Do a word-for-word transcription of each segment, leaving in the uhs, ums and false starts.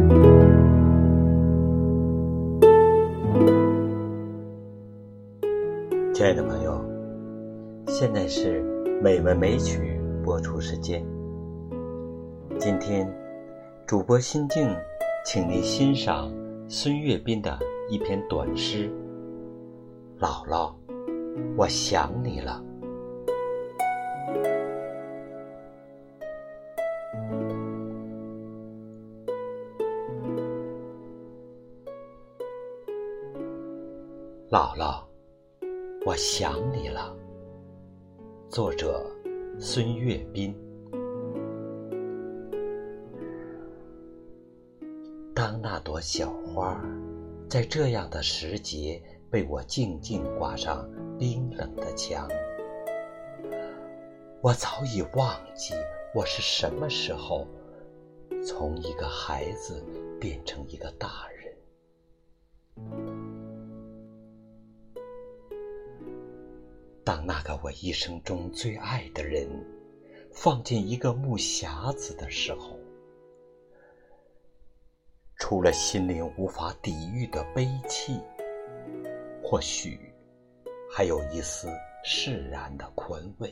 亲爱的朋友，现在是美文美曲播出时间。今天主播心静请您欣赏孙岳斌的一篇短诗《姥姥，我想你了》。姥姥，我想你了。作者孙岳斌。当那朵小花在这样的时节被我静静挂上冰冷的墙，我早已忘记我是什么时候从一个孩子变成一个大人。当那个我一生中最爱的人放进一个木匣子的时候，除了心灵无法抵御的悲戚，或许还有一丝释然的宽慰。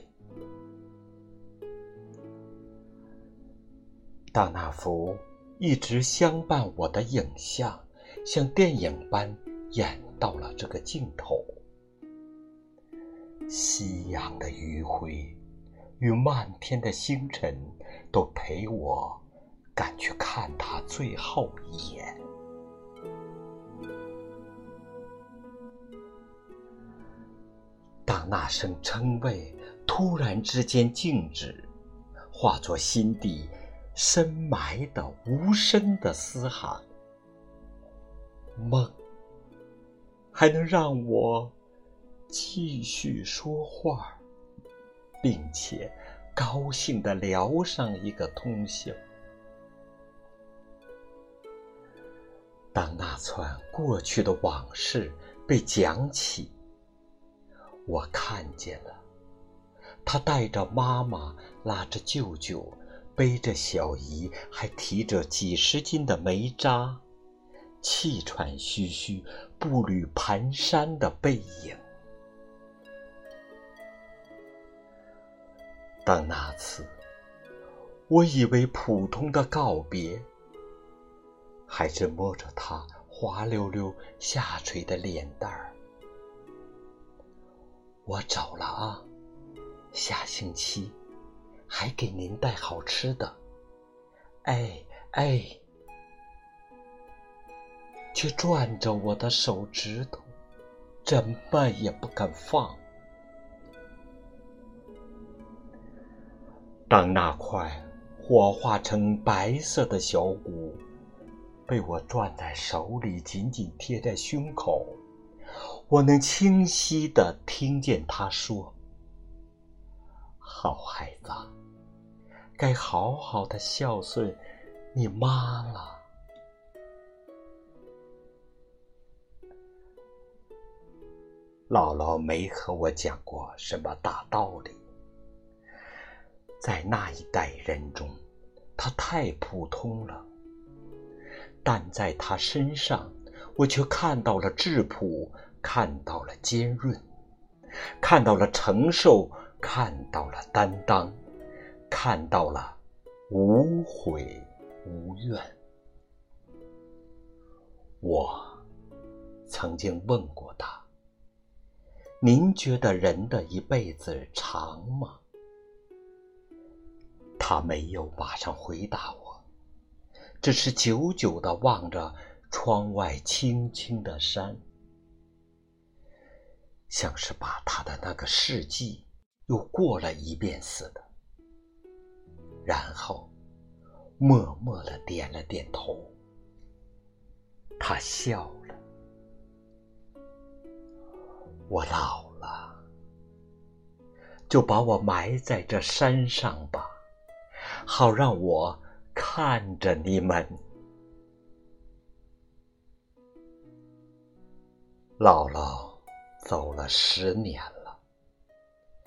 当那幅一直相伴我的影像像电影般演到了这个镜头，夕阳的余晖与漫天的星辰都陪我赶去看他最后一眼。当那声称谓突然之间静止，化作心底深埋的无声的嘶喊，梦还能让我继续说话，并且高兴地聊上一个通宵。当那串过去的往事被讲起，我看见了他带着妈妈，拉着舅舅，背着小姨，还提着几十斤的煤渣，气喘吁吁，步履蹒跚的背影。当那次我以为普通的告别，还是摸着他滑溜溜下垂的脸蛋儿，我走了啊，下星期还给您带好吃的，哎哎，却攥着我的手指头，怎么也不肯放。当那块火化成白色的小骨被我攥在手里，紧紧贴在胸口，我能清晰地听见他说：好孩子，该好好的孝顺你妈了。姥姥没和我讲过什么大道理，在那一代人中，她太普通了，但在她身上，我却看到了质朴，看到了坚韧，看到了承受，看到了担当，看到了无悔无怨。我曾经问过他，您觉得人的一辈子长吗？他没有马上回答我，只是久久地望着窗外青青的山，像是把他的那个世纪又过了一遍似的，然后默默地点了点头。他笑了。我老了，就把我埋在这山上吧，好让我看着你们。姥姥走了十年了，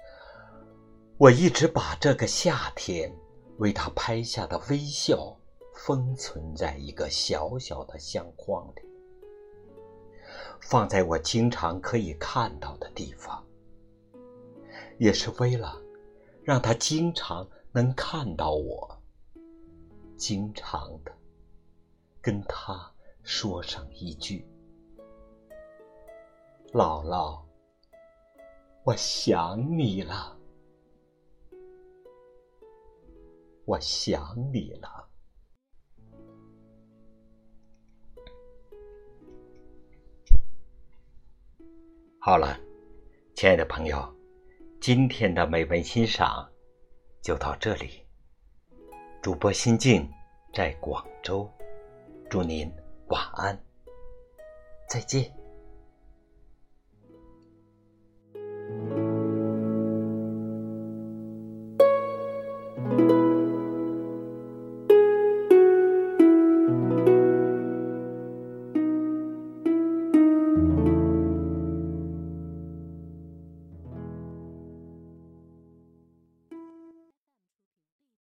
我一直把这个夏天为她拍下的微笑封存在一个小小的相框里，放在我经常可以看到的地方，也是为了让他经常能看到我，经常的跟他说上一句：姥姥，我想你了，我想你了。好了，亲爱的朋友，今天的美文欣赏就到这里。主播心静在广州，祝您晚安，再见。